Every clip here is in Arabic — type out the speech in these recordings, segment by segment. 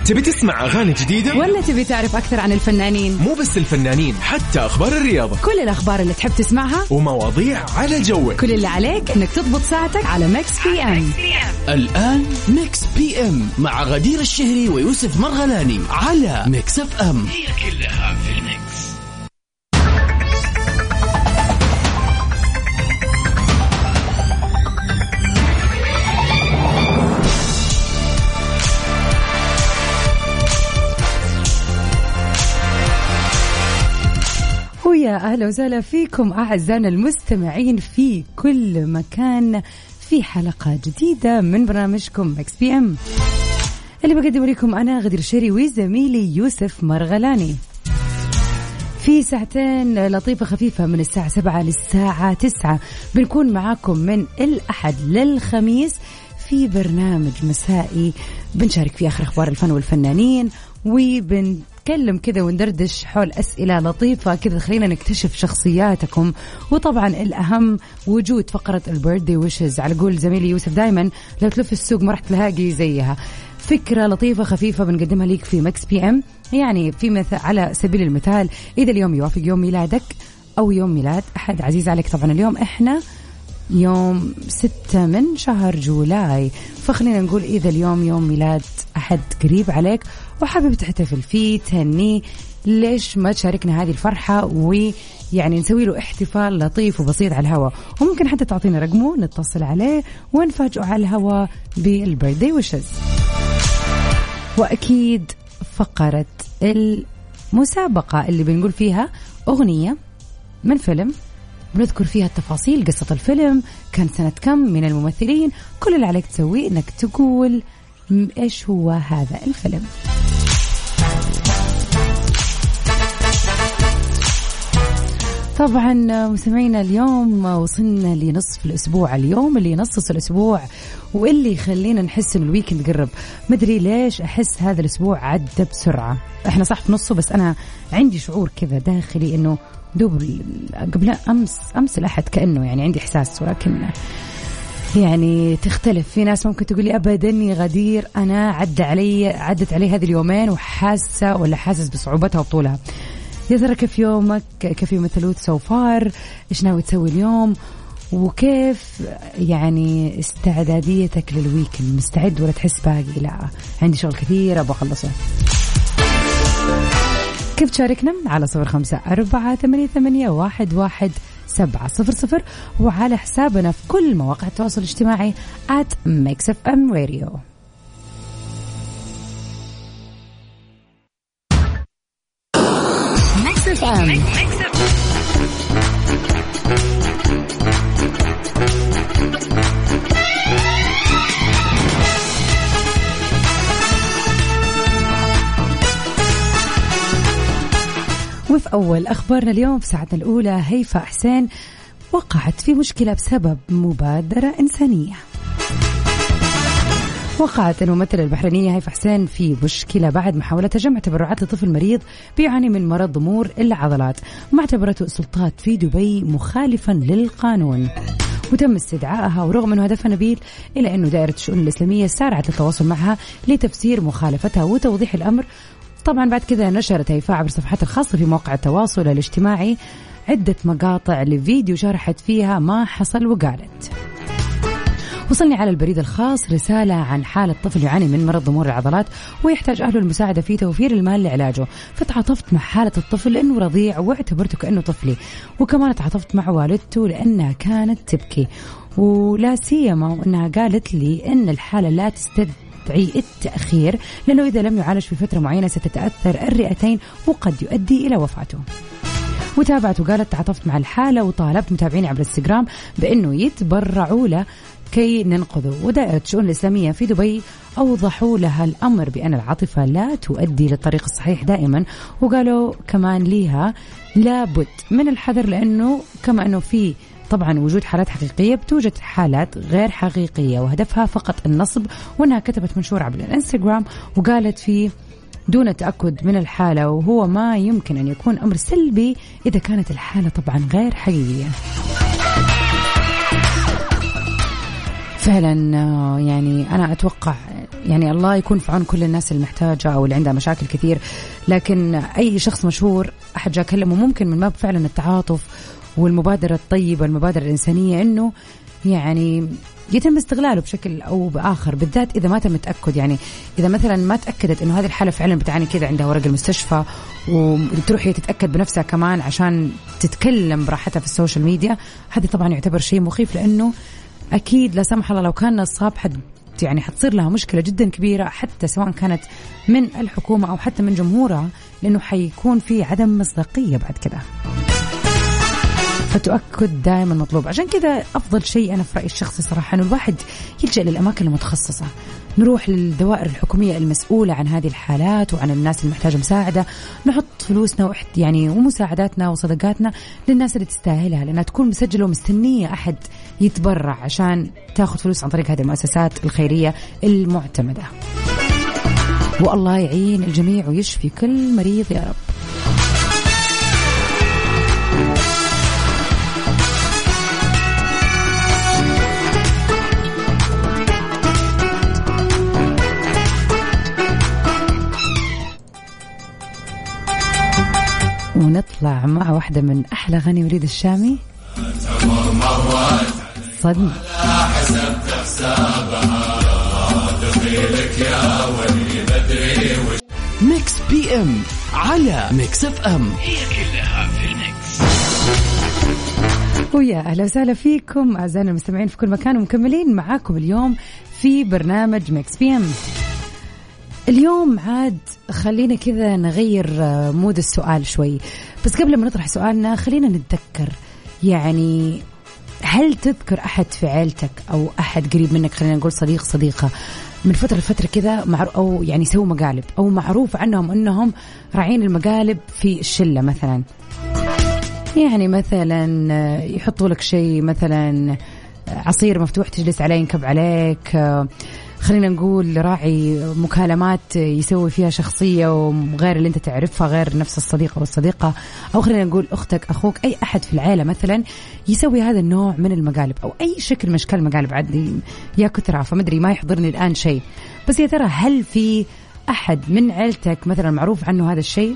تبي تسمع أغاني جديدة ولا تبي تعرف أكثر عن الفنانين؟ مو بس الفنانين، حتى أخبار الرياضة، كل الأخبار اللي تحب تسمعها ومواضيع على جوك. كل اللي عليك إنك تضبط ساعتك على ميكس بي ام. الآن ميكس بي ام مع غدير الشهري ويوسف مرغلاني على ميكس اف ام. هي كلها في الميكس. ويا أهلا وسهلا فيكم أعزائنا المستمعين في كل مكان في حلقة جديدة من برنامجكم ميكس بي ام اللي بقدم لكم أنا غدير الشهري وزميلي يوسف مرغلاني في ساعتين لطيفة خفيفة من الساعة 7 للساعة 9. بنكون معاكم من الأحد للخميس في برنامج مسائي بنشارك فيه آخر أخبار الفن والفنانين وبنتكلم كذا وندردش حول أسئلة لطيفة كذا خلينا نكتشف شخصياتكم. وطبعا الأهم وجود فقرة البيرثدي ويشز على قول زميلي يوسف دايما لو تلف السوق ما رح تلاقي زيها. فكرة لطيفة خفيفة بنقدمها ليك في ميكس بي ام. يعني في على سبيل المثال إذا اليوم يوافق يوم ميلادك أو يوم ميلاد أحد عزيز عليك، طبعا اليوم إحنا يوم 6 من شهر جولاي، فخلينا نقول إذا اليوم يوم ميلاد أحد قريب عليك وحابب تحتفل فيه تهنيه، ليش ما تشاركنا هذه الفرحة ويعني نسوي له احتفال لطيف وبسيط على الهواء. وممكن حتى تعطينا رقمه نتصل عليه ونفاجئه على الهواء بالبيرثدي ويشز. وأكيد فقرة المسابقة اللي بنقول فيها أغنية من فيلم بنذكر فيها التفاصيل، قصة الفيلم، كان سنة كم، من الممثلين، كل اللي عليك تسويه انك تقول ايش هو هذا الفيلم. طبعا مستمعينا اليوم وصلنا لنصف الأسبوع، اليوم اللي ينصص الأسبوع واللي يخلينا نحس إن الويكند قرب. مدري ليش أحس هذا الأسبوع عدى بسرعة، إحنا صح في نصه بس أنا عندي شعور كذا داخلي إنه دوب قبل أمس الأحد كأنه يعني عندي إحساس، ولكن يعني تختلف. في ناس ممكن تقولي أبدا يا غدير أنا عدت علي هذه اليومين وحاسة ولا حاسس بصعوبتها وبطولها. يا ترى كيف يومك؟ كيف يوم الثلاث سوفار؟ إيش ناوي تسوي اليوم؟ وكيف يعني استعداديتك للويكند؟ مستعد ولا تحس باقي لا عندي شغل كثير أبغى أخلصه؟ كيف تشاركنا على 0548811700 وعلى حسابنا في كل مواقع التواصل الاجتماعي @mixfmradio. وفي أول أخبارنا اليوم في ساعتنا الأولى، هيفا حسين وقعت في مشكلة بسبب مبادرة إنسانية. وقعت الممثلة البحرينية هيفا حسين في مشكلة بعد محاولة جمع تبرعات لطفل مريض بيعاني من مرض ضمور العضلات، ما اعتبرته السلطات في دبي مخالفا للقانون، وتم استدعائها. ورغم أنه هدفها نبيل إلا أنه دائرة الشؤون الإسلامية سارعت للتواصل معها لتفسير مخالفتها وتوضيح الأمر. طبعا بعد كذا نشرت هيفاء عبر صفحتها الخاصة في مواقع التواصل الاجتماعي عدة مقاطع لفيديو شرحت فيها ما حصل وقالت: وصلني على البريد الخاص رسالة عن حالة طفل يعاني من مرض ضمور العضلات ويحتاج أهله المساعدة في توفير المال لعلاجه، فتعاطفت مع حالة الطفل لأنه رضيع واعتبرته كأنه طفلي، وكمان تعاطفت مع والدته لأنها كانت تبكي، ولا سيما وأنها قالت لي أن الحالة لا تستدعي التأخير لأنه إذا لم يعالج في فترة معينة ستتأثر الرئتين وقد يؤدي إلى وفاته. وتابعت وقالت: تعاطفت مع الحالة وطالبت متابعيني عبر الانستغرام بأنه يتبرعوا له كي ننقذه. ودائرة الشؤون الإسلامية في دبي أوضحوا لها الأمر بأن العاطفة لا تؤدي للطريق الصحيح دائما، وقالوا كمان ليها لابد من الحذر لأنه كما أنه في طبعا وجود حالات حقيقية بتوجد حالات غير حقيقية وهدفها فقط النصب. وأنها كتبت منشور عبر الانستغرام وقالت فيه: دون التأكد من الحالة، وهو ما يمكن أن يكون أمر سلبي إذا كانت الحالة طبعا غير حقيقية. فعلا يعني أنا أتوقع يعني الله يكون في عون كل الناس المحتاجة أو اللي عندها مشاكل كثير، لكن أي شخص مشهور أحد جاء كلمه ممكن من باب فعلا التعاطف والمبادرة الطيبة والمبادرة الإنسانية إنه يعني يتم استغلاله بشكل أو بآخر، بالذات إذا ما تم تأكد. يعني إذا مثلا ما تأكدت إنه هذه الحالة فعلا بتعاني كذا، عندها ورق المستشفى وتروح هي تتأكد بنفسها كمان عشان تتكلم براحتها في السوشيال ميديا، هذه طبعا يعتبر شيء مخيف، لأنه أكيد لا سمح الله لو كان نصاب يعني حتصير لها مشكلة جدا كبيرة، حتى سواء كانت من الحكومة أو حتى من جمهورها، لأنه حيكون في عدم مصداقية بعد كده. فتؤكد دائما مطلوب. عشان كذا أفضل شيء أنا في رأيي الشخصي صراحة أنه الواحد يلجأ للأماكن المتخصصة، نروح للدوائر الحكومية المسؤولة عن هذه الحالات وعن الناس المحتاجة مساعدة، نحط فلوسنا يعني ومساعداتنا وصدقاتنا للناس اللي تستاهلها، لأنها تكون مسجلة ومستنية أحد يتبرع عشان تاخذ فلوس عن طريق هذه المؤسسات الخيرية المعتمدة. والله يعين الجميع ويشفي كل مريض يا رب. ونطلع مع واحدة من أحلى غني وليد الشامي، صدمة. ميكس بي ام على ميكس اف ام، هي كلها في الميكس. ويا أهلا وسهلا فيكم أعزائنا المستمعين في كل مكان، ومكملين معاكم اليوم في برنامج ميكس بي ام. اليوم عاد خلينا كذا نغير مود السؤال شوي، بس قبل ما نطرح سؤالنا خلينا نتذكر، يعني هل تذكر أحد في عيلتك أو أحد قريب منك، خلينا نقول صديق صديقة، من فترة لفترة كذا أو يعني سووا مقالب أو معروف عنهم أنهم راعين المقالب في الشلة مثلا؟ يعني مثلا يحطوا لك شيء، مثلا عصير مفتوح تجلس عليه ينكب عليك، خلينا نقول راعي مكالمات يسوي فيها شخصية وغير اللي انت تعرفها، غير نفس الصديق أو الصديقة، أو خلينا نقول أختك أخوك، أي أحد في العائلة مثلا يسوي هذا النوع من المقالب أو أي شكل من أشكال المقالب. عادي يا كثرة فمدري ما يحضرني الآن شيء، بس يا ترى هل في أحد من عيلتك مثلا معروف عنه هذا الشيء؟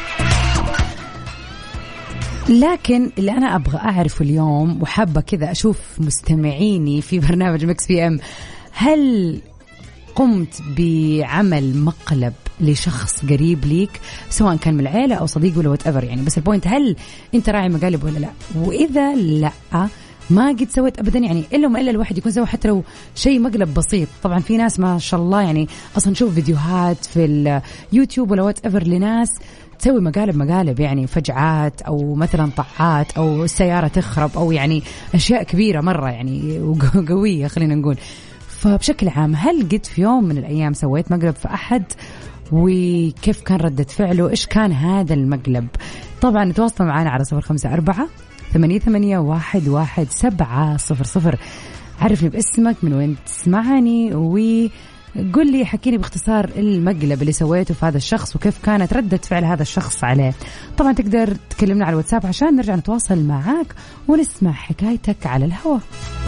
لكن اللي أنا أبغى أعرفه اليوم وحابة كذا أشوف مستمعيني في برنامج ميكس بي ام، هل قمت بعمل مقلب لشخص قريب ليك سواء كان من العيلة أو صديق ولا whatever، يعني بس البوينت هل أنت راعي مقالب ولا لا؟ وإذا لا ما قد سويت أبدا، يعني إلا وما إلا الواحد يكون سوى حتى لو شيء مقلب بسيط. طبعا في ناس ما شاء الله يعني أصلا نشوف فيديوهات في اليوتيوب ولا whatever لناس تسوي مقالب يعني فجعات أو مثلا طاعات أو السيارة تخرب أو يعني أشياء كبيرة مرة يعني وقوية خلينا نقول. فبشكل عام هل قد في يوم من الأيام سويت مقلب في أحد، وكيف كان ردة فعله؟ إيش كان هذا المقلب؟ طبعا تواصلوا معنا على 0548811700. عرفني باسمك، من وين تسمعني، وقل لي حكيني باختصار المقلب اللي سويته في هذا الشخص وكيف كانت ردة فعل هذا الشخص عليه. طبعا تقدر تكلمنا على الواتساب عشان نرجع نتواصل معاك ونسمع حكايتك على الهواء.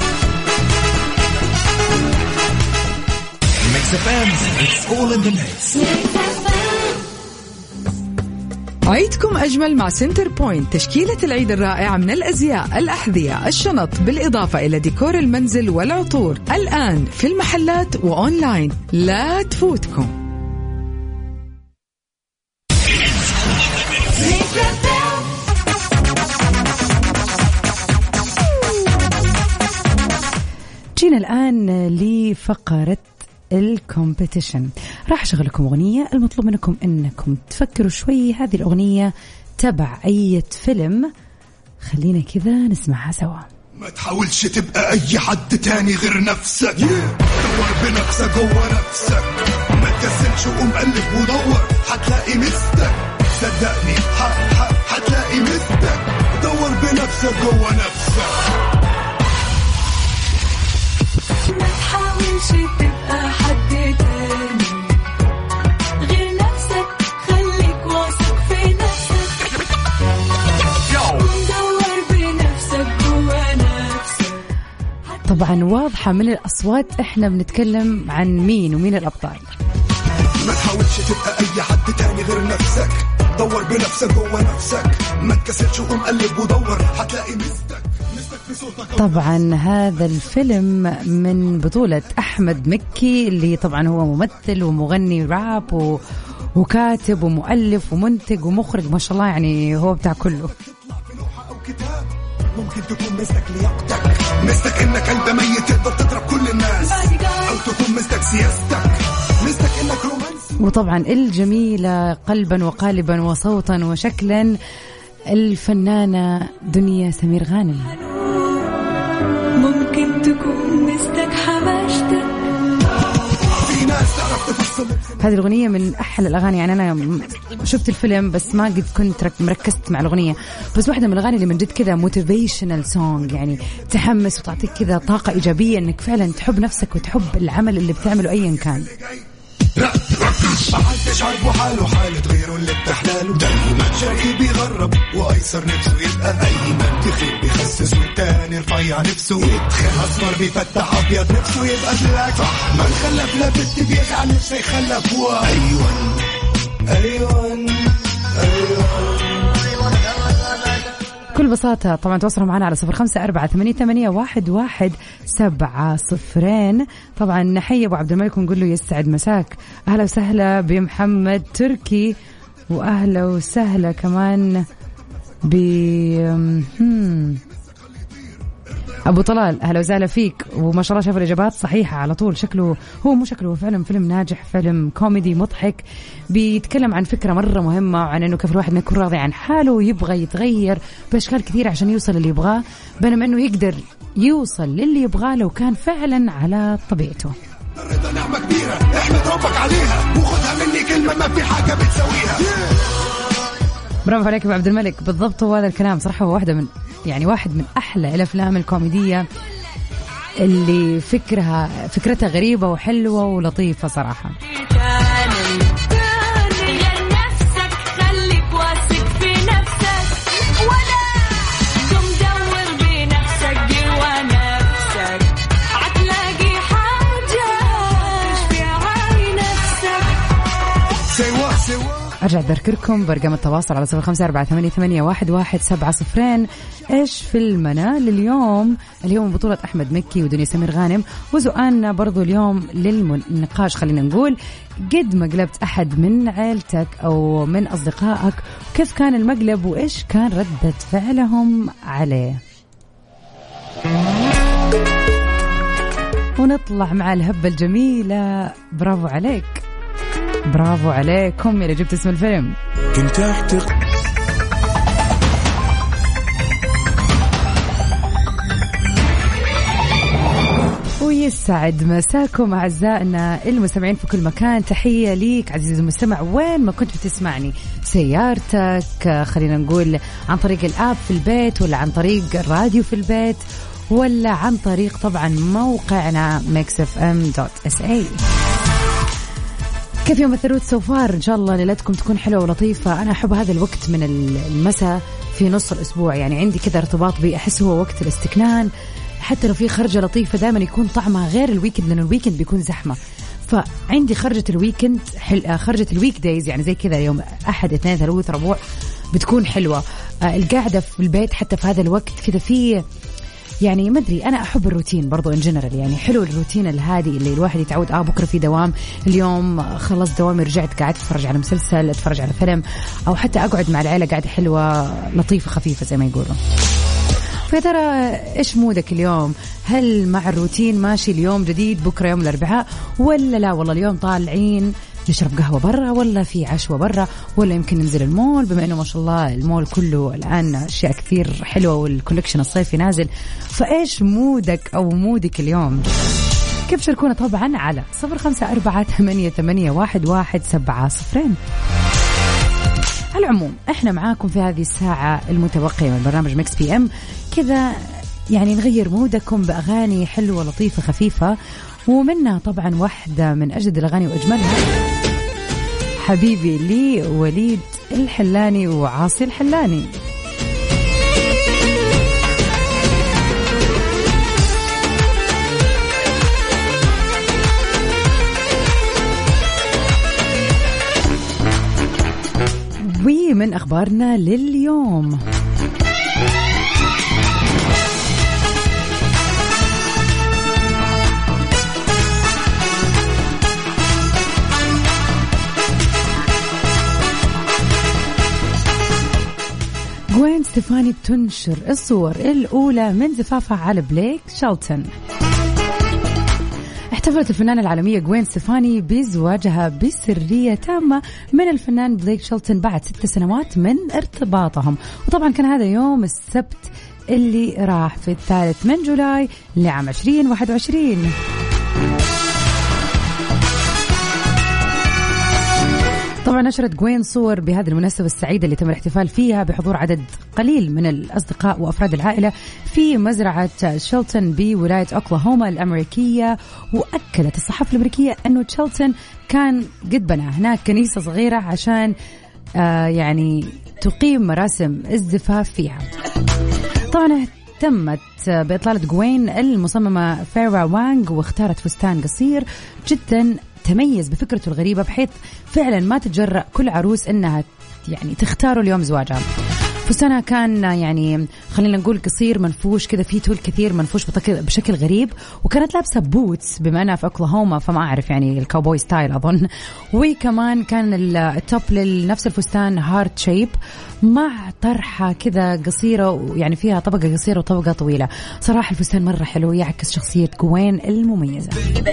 عيدكم أجمل مع سنتر بوينت، تشكيلة العيد الرائعة من الأزياء، الأحذية، الشنط، بالإضافة إلى ديكور المنزل والعطور، الآن في المحلات وأونلاين، لا تفوتكم. جينا الآن لفقرة الكومبيتيشن. راح أشغل لكم أغنية، المطلوب منكم أنكم تفكروا شوي هذه الأغنية تبع أي فيلم. خلينا كذا نسمعها سوا. ما تحاولش تبقى أي حد تاني غير نفسك، دور بنفسك جوه نفسك، ما تكسلش وقوم قلب ودور هتلاقي مستك، صدقني هتلاقي مستك، دور بنفسك جوه نفسك. ما تحاولش تبقى حد تاني غير نفسك، خليك واثق في نفسك، دور بنفسك جوا نفسك. طبعا واضحة من الأصوات إحنا بنتكلم عن مين ومين الأبطال. ما تحاولش تبقى أي حد تاني غير نفسك، دور بنفسك جوه نفسك، ما تكسلش وقوم قلب ودور هتلاقي مستك في صوتك. طبعا هذا الفيلم من بطولة أحمد مكي اللي طبعا هو ممثل ومغني راب وكاتب ومؤلف ومنتج ومخرج، ما شاء الله يعني هو بتاع كله. ممكن تكون مستك لياقتك، مستك انك انت ميت تقدر تضرب كل الناس، او تكون مستك سياستك، مستك انك رومانسي. وطبعا الجميلة قلبا وقالبا وصوتا وشكلا الفنانة دنيا سمير غانم. ممكن تكون مستك حماشتك. هذه الأغنية من أحلى الأغاني، يعني أنا شفت الفيلم بس ما قد كنت مركزت مع الأغنية، بس واحدة من الأغاني اللي من جد كذا motivational song، يعني تحمس وتعطيك كذا طاقة إيجابية إنك فعلا تحب نفسك وتحب العمل اللي بتعمله أيا كان. محدش عاجبه حاله حالة غيره اللي بتحلاله، دايما شرقي بيغرب وايسر نفسه يبقى ايمن، تخيل بيخسس والتاني رفيع نفسه يتخن، اسمر بيفتح ابيض نفسه يبقى بلاك، ما نخلف لا بنت بيجعل نفسه يخلف. ايوان بكل بساطة طبعا تواصلوا معنا على 0548811700. طبعا نحيي أبو عبد الملك ونقول له يسعد مساك، أهلا وسهلا بمحمد تركي، وأهلا وسهلا كمان ب أبو طلال، أهلا وسهلا فيك، وما شاء الله شاف الإجابات صحيحة على طول. شكله هو مو شكله فعلا فيلم ناجح، فيلم كوميدي مضحك بيتكلم عن فكرة مرة مهمة، وعن أنه كيف الواحد يكون راضي عن حاله ويبغى يتغير بأشكال كثيرة عشان يوصل اللي يبغاه، بينما أنه يقدر يوصل للي يبغاه لو كان فعلا على طبيعته. الرضا نعمة كبيرة احمد ربك عليها، وخدها مني كلمة ما في حاجة بتسويها. برافو عليك أبو عبد الملك، بالضبط هو هذا الكلام. صراحة هو واحد من أحلى الأفلام الكوميدية اللي فكرتها غريبة وحلوة ولطيفة صراحة. أرجع أذكركم برقم التواصل على 0548811700. إيش فيلمنا لليوم؟ اليوم بطولة أحمد مكي ودنيا سمير غانم، وسؤالنا برضو اليوم للنقاش، خلينا نقول قد مقلبت أحد من عيلتك أو من أصدقائك، كيف كان المقلب وإيش كان ردة فعلهم عليه؟ ونطلع مع الهبة الجميلة. برافو عليك، برافو عليكم اللي جبت اسم الفيلم. كنت أحتق ويسعد مساكم أعزائنا المستمعين في كل مكان. تحية ليك عزيزي المستمع وين ما كنت بتسمعني، سيارتك، خلينا نقول عن طريق الآب في البيت، ولا عن طريق الراديو في البيت، ولا عن طريق طبعا موقعنا mixfm.sa. كيف يوم الثلاثاء سوفار؟ إن شاء الله ليلتكم تكون حلوة ولطيفة. أنا أحب هذا الوقت من المساء في نص الأسبوع، يعني عندي كذا ارتباط بي، أحس هو وقت الاستكنان، حتى لو في خرجة لطيفة دائما يكون طعمها غير الويكند، لأن الويكند بيكون زحمة، فعندي خرجة الويكند خرجة الويك دايز، يعني زي كذا يوم أحد اثنين ثلاث ربوع بتكون حلوة. القاعدة في البيت حتى في هذا الوقت كذا في يعني ما أدري، أنا أحب الروتين برضو إن جنرال، يعني حلو الروتين الهادي اللي الواحد يتعود بكرة في دوام، اليوم خلص دوامي رجعت قاعد أتفرج على مسلسل، أتفرج على فيلم، أو حتى أقعد مع العيلة قاعدة حلوة لطيفة خفيفة زي ما يقولوا. فيا ترى إيش مودك اليوم؟ هل مع الروتين ماشي اليوم جديد بكرة يوم الأربعاء، ولا لا والله اليوم طالعين نشرب قهوة برا، ولا في عشوة برا، ولا يمكن ننزل المول، بما أنه ما شاء الله المول كله الآن أشياء كثير حلوة والكولكشن الصيفي نازل. فإيش مودك أو مودك اليوم؟ كيف شاركونا طبعا على 0548811700. على العموم احنا معاكم في هذه الساعة المتبقية من برنامج ميكس بي ام، كذا يعني نغير مودكم بأغاني حلوة لطيفة خفيفة، ومنها طبعا واحدة من أجد الأغاني وأجملها، حبيبي لي وليد الحلاني وعاصي الحلاني. نبتدي من أخبارنا لليوم. غوين ستيفاني بتنشر الصور الأولى من زفافها على بليك شيلتون. احتفلت الفنانة العالمية غوين ستيفاني بزواجها بسرية تامة من الفنان بليك شيلتون بعد 6 سنوات من ارتباطهم، وطبعا كان هذا يوم السبت اللي راح في 3 جولاي لعام 2021. طبعا نشرت غوين صور بهذه المناسبة السعيدة اللي تم الاحتفال فيها بحضور عدد قليل من الأصدقاء وأفراد العائلة في مزرعة شيلتون بولاية أوكلاهوما الأمريكية. وأكدت الصحافة الأمريكية أنه شيلتون كان قد بنى هناك كنيسة صغيرة عشان يعني تقيم مراسم الزفاف فيها. طبعا تمت بإطلالة غوين المصممة فيرا وانغ، واختارت فستان قصير جدا تميز بفكرته الغريبة، بحيث فعلا ما تتجرأ كل عروس انها يعني تختاره اليوم زواجها. فستانها كان يعني خلينا نقول قصير منفوش كذا، فيه تول كثير منفوش بشكل غريب، وكانت لابسة بوتس بما انها في اوكلاهوما فما اعرف يعني الكاوبوي ستايل اظن. وكمان كان التوب لنفس الفستان هارت شيب مع طرحة كذا قصيرة، يعني فيها طبقة قصيرة وطبقة طويلة. صراحة الفستان مرة حلو يعكس شخصية غوين المميزة.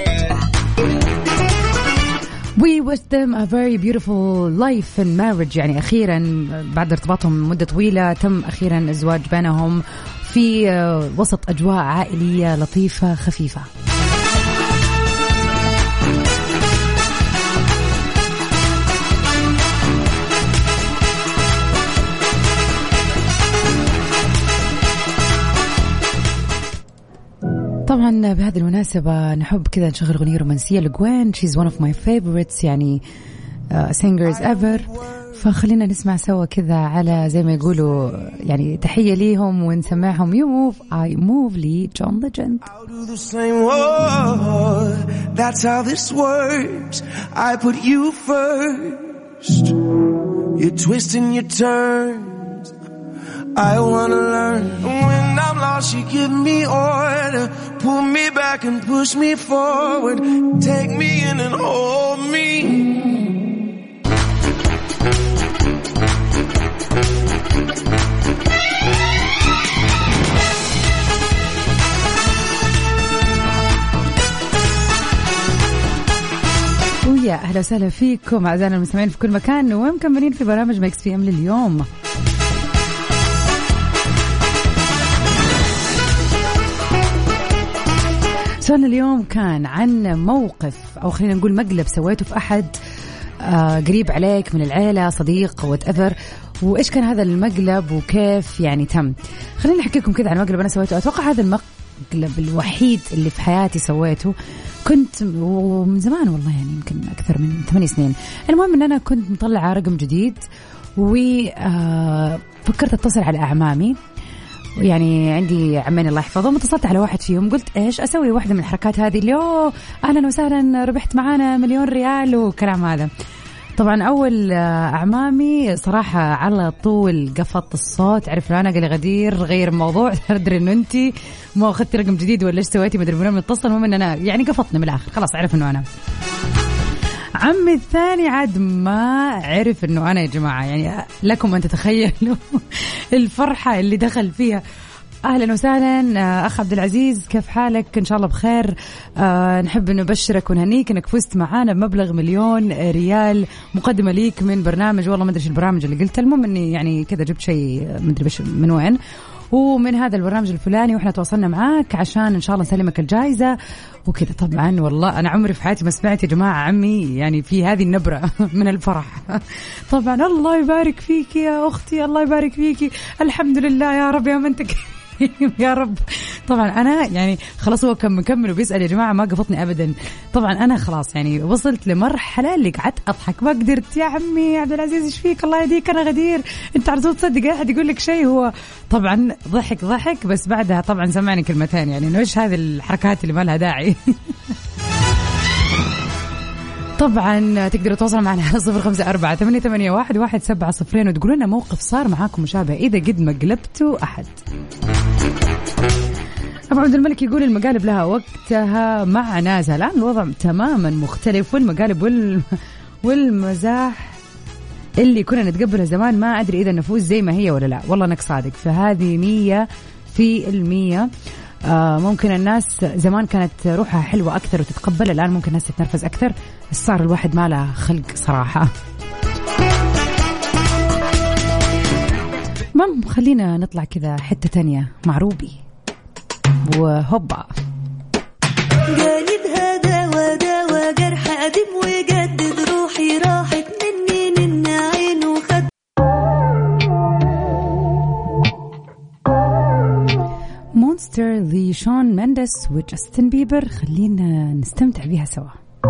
We wish them a very beautiful life in marriage. يعني أخيرا بعد ارتباطهم مدة طويلة تم أخيرا الزواج بينهم في وسط أجواء عائلية لطيفة خفيفة. طبعا بهذه المناسبة نحب كذا نشغل أغنية رومانسية لغوين. She's one of my favorites يعني singers ever. فخلينا نسمع سوا كذا على زي ما يقولوا يعني تحية ليهم ونسمعهم You Move I Move لي John Legend. That's how this works. I put you first. You twist and you turn. I wanna learn. When I'm lost, you give me order. Pull me back and push me forward. Take me in and hold me. ويا أهلا وسهلا فيكم أعزائنا المستمعين في كل مكان ومكملين في برامج ميكس بي ام لليوم. سؤالنا اليوم كان عن موقف أو خلينا نقول مقلب سويته في أحد قريب عليك من العيلة صديق whatever، وإيش كان هذا المقلب وكيف يعني تم. خليني أحكي لكم كذا عن مقلب أنا سويته. أتوقع هذا المقلب الوحيد اللي في حياتي سويته، كنت ومن زمان والله يعني يمكن أكثر من 8 سنين. المهم أن أنا كنت مطلعة رقم جديد وفكرت أتصل على أعمامي، يعني عندي عمين الله يحفظهم، اتصلت على واحد فيهم قلت ايش اسوي واحدة من الحركات هذه اللي اهلا وسهلا ربحت معانا $1,000,000 وكلام هذا. طبعا اول اعمامي صراحة على طول قفط الصوت، عرف له انا قال لي غدير غير الموضوع، ادري انه انت ما اخذتي رقم جديد ولا ايش سويتي، مدري منو متصل. المهم ان انا يعني قفطني من الاخر، خلاص عرف انه انا. عمي الثاني عاد ما عرف انه انا يا جماعة، يعني لكم ان تتخيلوا الفرحة اللي دخل فيها. اهلا وسهلا اخ عبد العزيز، كيف حالك؟ ان شاء الله بخير. نحب نبشرك ونهنيك انك فزت معانا بمبلغ $1,000,000 مقدمة ليك من برنامج، والله ما ادري ايش البرامج اللي قلت. المهم اني يعني كذا جبت شيء ما ادري من وين، ومن هذا البرنامج الفلاني، واحنا تواصلنا معاك عشان ان شاء الله نسلمك الجائزة وكذا. طبعا والله انا عمري في حياتي ما سمعت يا جماعة عمي يعني في هذه النبرة من الفرح. طبعا الله يبارك فيك يا اختي، الله يبارك فيكي، الحمد لله يا رب يا منتك يا رب. طبعا انا يعني خلاص هو كان مكمل وبيسأل يا جماعة، ما قفطني ابدا. طبعا انا خلاص يعني وصلت لمرحلة اللي قعدت اضحك ما قدرت. يا عمي عبد العزيز ايش فيك؟ الله يهديك انا غدير، انت على طول تصدق احد يقول لك شيء. هو طبعا ضحك بس بعدها طبعا سمعني كلمتين يعني انه ايش هذه الحركات اللي ما لها داعي. طبعا تقدروا تتواصلوا معنا على 0548811700 وتقولوا لنا موقف صار معاكم مشابه إذا قد ما قلبتوا أحد. أبو عبد الملك يقول المقالب لها وقتها مع ناسها، الآن الوضع تماما مختلف، والمقالب والمزاح اللي كنا نتقبلها زمان ما أدري إذا النفوس زي ما هي ولا لا. والله أنك صادق، فهذه 100%. ممكن الناس زمان كانت روحها حلوة أكثر وتتقبل، الآن ممكن الناس تتنرفز أكثر، صار الواحد ما له خلق صراحة. خلينا نطلع كذا حتة تانية مع روبي وهوبا. قالبها دوا دوا جرح قديم وجدد روحي راحت مني من عين وخد. مونستر لشون مندس وجاستن بيبر، خلينا نستمتع بيها سوا.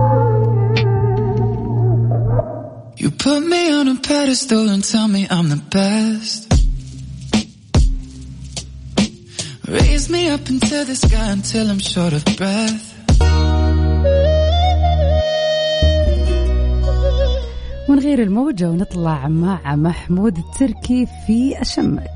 You put me on a pedestal and tell me I'm the best. Raise me up into the sky until I'm short of breath. ونغير الموجة ونطلع مع محمود التركي في أشمك.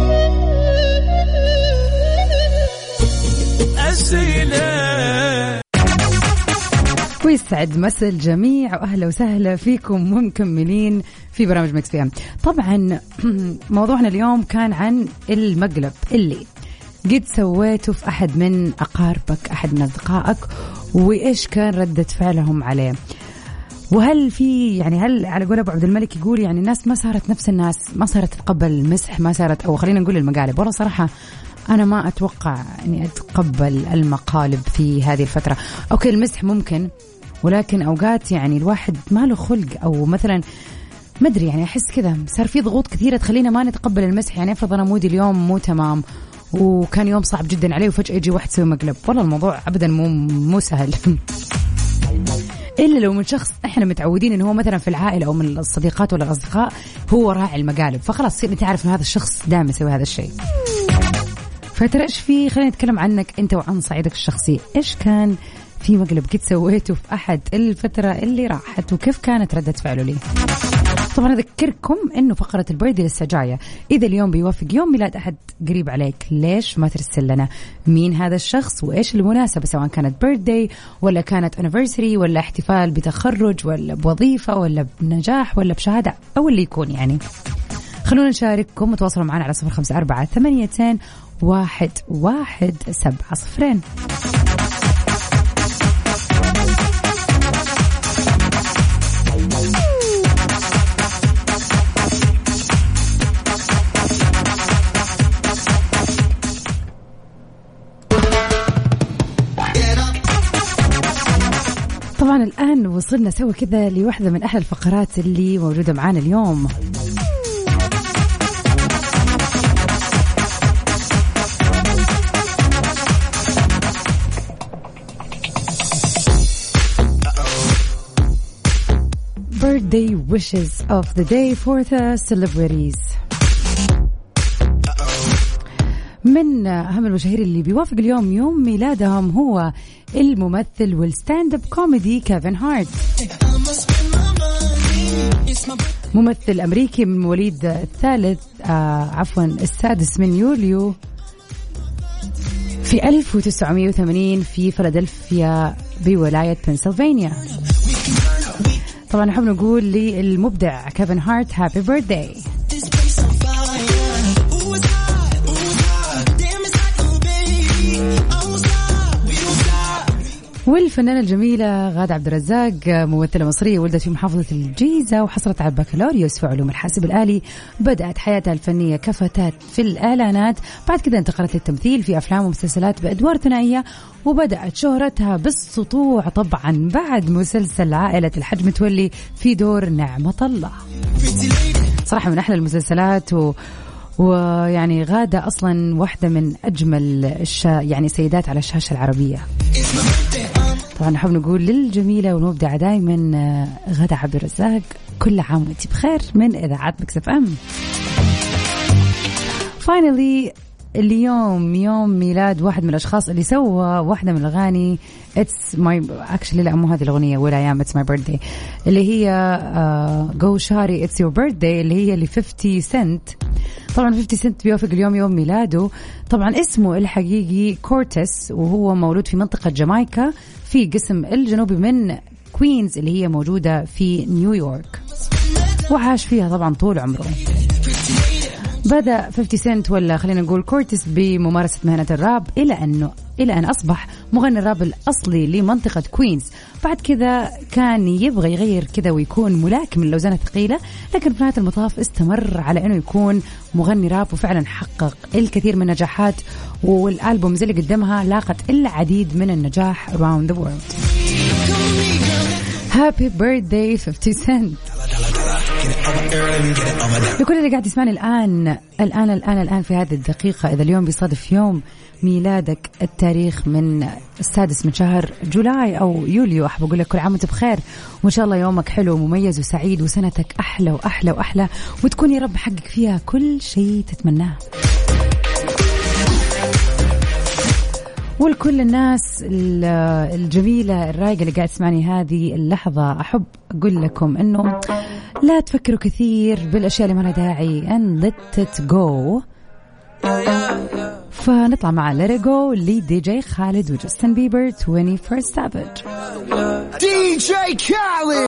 ويسعد مسا الجميع وأهلا وسهلا فيكم ومكملين في برامج ميكس بي ام. طبعا موضوعنا اليوم كان عن المقلب اللي قد سويته في أحد من أقاربك، أحد من أصدقائك، وإيش كان ردة فعلهم عليه. وهل في يعني هل على قول أبو عبد الملك يقول يعني الناس ما صارت نفس الناس، ما صارت تتقبل المسح، ما صارت، أو خلينا نقول المقالب. والله صراحة أنا ما أتوقع إني أتقبل المقالب في هذه الفترة. أوكي المسح ممكن، ولكن أوقات يعني الواحد ما له خلق، أو مثلا ما أدري يعني أحس كذا صار في ضغوط كثيرة تخلينا ما نتقبل المسح. يعني أفرض أنا مودي اليوم مو تمام وكان يوم صعب جدا عليه وفجأة يجي واحد يسوي مقلب، والله الموضوع أبدا مو سهل. إلا لو من شخص إحنا متعودين إنه هو مثلا في العائلة أو من الصديقات ولا الأصدقاء هو راعي المقالب، فخلاص أنت عارف إن هذا الشخص دائما يسوي هذا الشيء. فترى إيش في، خلينا نتكلم عنك أنت وعن صعيدك الشخصي. إيش كان في مقلب قد سويته في أحد الفترة اللي راحت وكيف كانت ردة فعله ليه؟ طبعا أذكركم إنه فقرة البيرثدي لسه جاية. إذا اليوم بيوافق يوم ميلاد أحد قريب عليك، ليش ما ترسل لنا مين هذا الشخص وإيش المناسبة، سواء كانت بيرثدي ولا كانت anniversary ولا احتفال بتخرج ولا بوظيفة ولا بنجاح ولا بشهادة أو اللي يكون. يعني خلونا نشارككم وتواصلوا معنا على 0548811700. طبعا الآن وصلنا سوا كذا لوحدة من أحلى الفقرات اللي موجودة معانا اليوم. Birthday wishes of the day for the celebrities. من أهم المشاهير اللي بيوافق اليوم يوم ميلادهم هو الممثل والستاند اب كوميدي كيفن هارت، ممثل أمريكي من مواليد السادس من يوليو في 1980 في فيلادلفيا بولاية بنسلفانيا. طبعا نحب نقول للمبدع كيفن هارت هابي بيرثداي. والفنانة الجميلة غادة عبد الرزاق ممثلة مصرية ولدت في محافظة الجيزة وحصلت على البكالوريوس في علوم الحاسب الآلي. بدأت حياتها الفنية كفتاة في الإعلانات، بعد كده انتقلت للتمثيل في أفلام ومسلسلات بأدوار ثنائية، وبدأت شهرتها بالسطوع طبعا بعد مسلسل عائلة الحج متولي في دور نعمة الله. صراحة من أحلى المسلسلات ويعني غادة أصلا واحدة من أجمل يعني سيدات على الشاشة العربية. طبعا نحب نقول للجميلة والمبدعة دائما غادة عبد الرزاق كل عام وانت بخير من إذاعات ميكس اف ام. فاينلي اليوم يوم ميلاد واحد من الأشخاص اللي سوى واحدة من الأغاني It's my actually لا مو هذه الأغنية ولا It's my birthday اللي هي Go Shari It's your birthday اللي هي ل 50 سنت. طبعا 50 سنت بيوافق اليوم يوم ميلاده. طبعا اسمه الحقيقي كورتس وهو مولود في منطقة جامايكا في قسم الجنوبي من كوينز اللي هي موجودة في نيويورك وعاش فيها طبعا طول عمره. بدأ 50 سنت ولا خلينا نقول كورتس بممارسة مهنة الراب إلى أن أصبح مغني الراب الأصلي لمنطقة كوينز. بعد كذا كان يبغى يغير كذا ويكون ملاكم من الأوزان الثقيلة لكن في نهاية المطاف استمر على أنه يكون مغني راب وفعلا حقق الكثير من النجاحات والألبومز اللي قدمها لاقت العديد من النجاح around the world. Happy birthday 50 Cent لكل اللي قاعد يسمعني الآن في هذه الدقيقة. إذا اليوم بيصادف يوم ميلادك التاريخ من 6 من شهر جولاي أو يوليو أحب أقول لك كل عام وأنت بخير وإن شاء الله يومك حلو ومميز وسعيد وسنتك أحلى وأحلى وأحلى وتكون يا رب حقك فيها كل شيء تتمناه. ولكل الناس الجميلة الرايقة اللي قاعد تسمعني هذه اللحظة أحب أقول لكم أنه لا تفكروا كثير بالأشياء اللي ما لها داعي and let it go. فنطلع مع let it go لدي جي خالد وجاستن بيبر 21st Savage. DJ Khaled